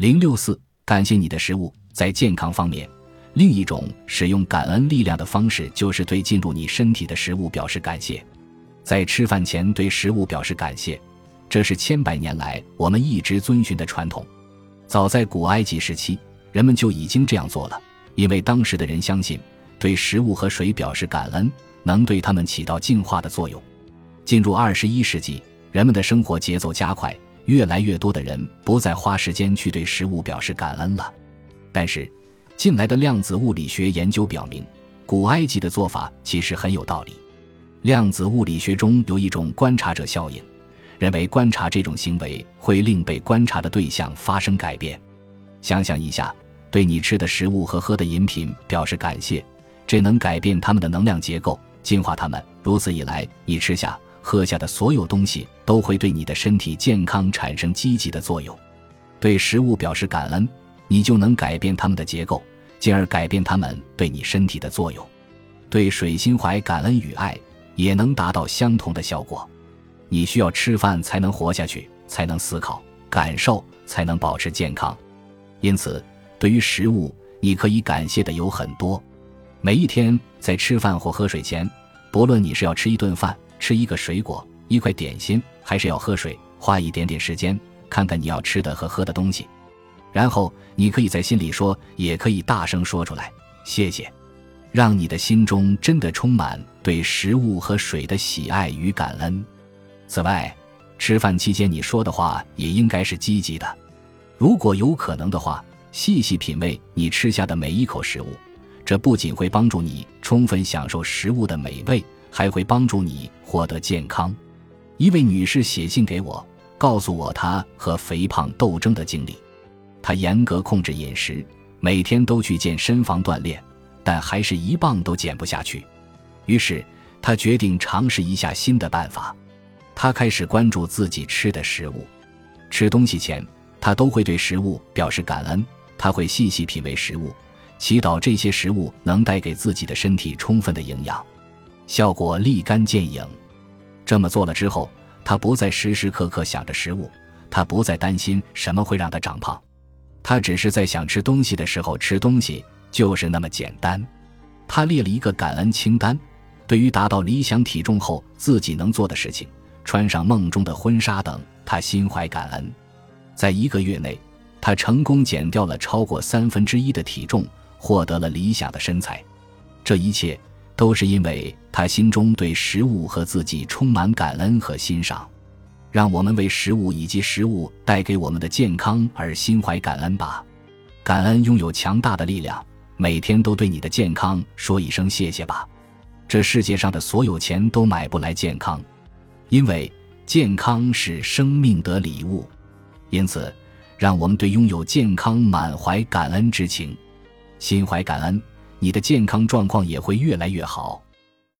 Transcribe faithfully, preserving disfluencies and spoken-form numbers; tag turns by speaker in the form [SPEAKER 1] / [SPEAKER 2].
[SPEAKER 1] 零六四感谢你的食物。在健康方面，另一种使用感恩力量的方式就是对进入你身体的食物表示感谢。在吃饭前对食物表示感谢，这是千百年来我们一直遵循的传统。早在古埃及时期，人们就已经这样做了，因为当时的人相信对食物和水表示感恩能对他们起到净化的作用。进入二十一世纪，人们的生活节奏加快，越来越多的人不再花时间去对食物表示感恩了。但是近来的量子物理学研究表明，古埃及的做法其实很有道理。量子物理学中有一种观察者效应，认为观察这种行为会令被观察的对象发生改变。想想一下，对你吃的食物和喝的饮品表示感谢，这能改变它们的能量结构，净化它们，如此一来，你吃下喝下的所有东西都会对你的身体健康产生积极的作用。对食物表示感恩，你就能改变它们的结构，进而改变它们对你身体的作用。对水心怀感恩与爱，也能达到相同的效果。你需要吃饭才能活下去，才能思考、感受，才能保持健康。因此，对于食物，你可以感谢的有很多。每一天在吃饭或喝水前，不论你是要吃一顿饭、吃一个水果、一块点心，还是要喝水，花一点点时间看看你要吃的和喝的东西。然后你可以在心里说，也可以大声说出来，谢谢，让你的心中真的充满对食物和水的喜爱与感恩。此外，吃饭期间你说的话也应该是积极的。如果有可能的话，细细品味你吃下的每一口食物，这不仅会帮助你充分享受食物的美味，还会帮助你获得健康。一位女士写信给我，告诉我她和肥胖斗争的经历。她严格控制饮食，每天都去健身房锻炼，但还是一磅都减不下去。于是她决定尝试一下新的办法。她开始关注自己吃的食物。吃东西前，她都会对食物表示感恩，她会细细品味食物，祈祷这些食物能带给自己的身体充分的营养。效果立竿见影。这么做了之后，她不再时时刻刻想着食物，她不再担心什么会让她长胖，她只是在想吃东西的时候吃东西，就是那么简单。她列了一个感恩清单，对于达到理想体重后自己能做的事情，穿上梦中的婚纱等，她心怀感恩。在一个月内，她成功减掉了超过三分之一的体重，获得了理想的身材。这一切都是因为她心中对食物和自己充满感恩和欣赏。让我们为食物以及食物带给我们的健康而心怀感恩吧。感恩拥有强大的力量，每天都对你的健康说一声谢谢吧。这世界上的所有钱都买不来健康，因为健康是生命的礼物。因此，让我们对拥有健康满怀感恩之情。心怀感恩，你的健康状况也会越来越好。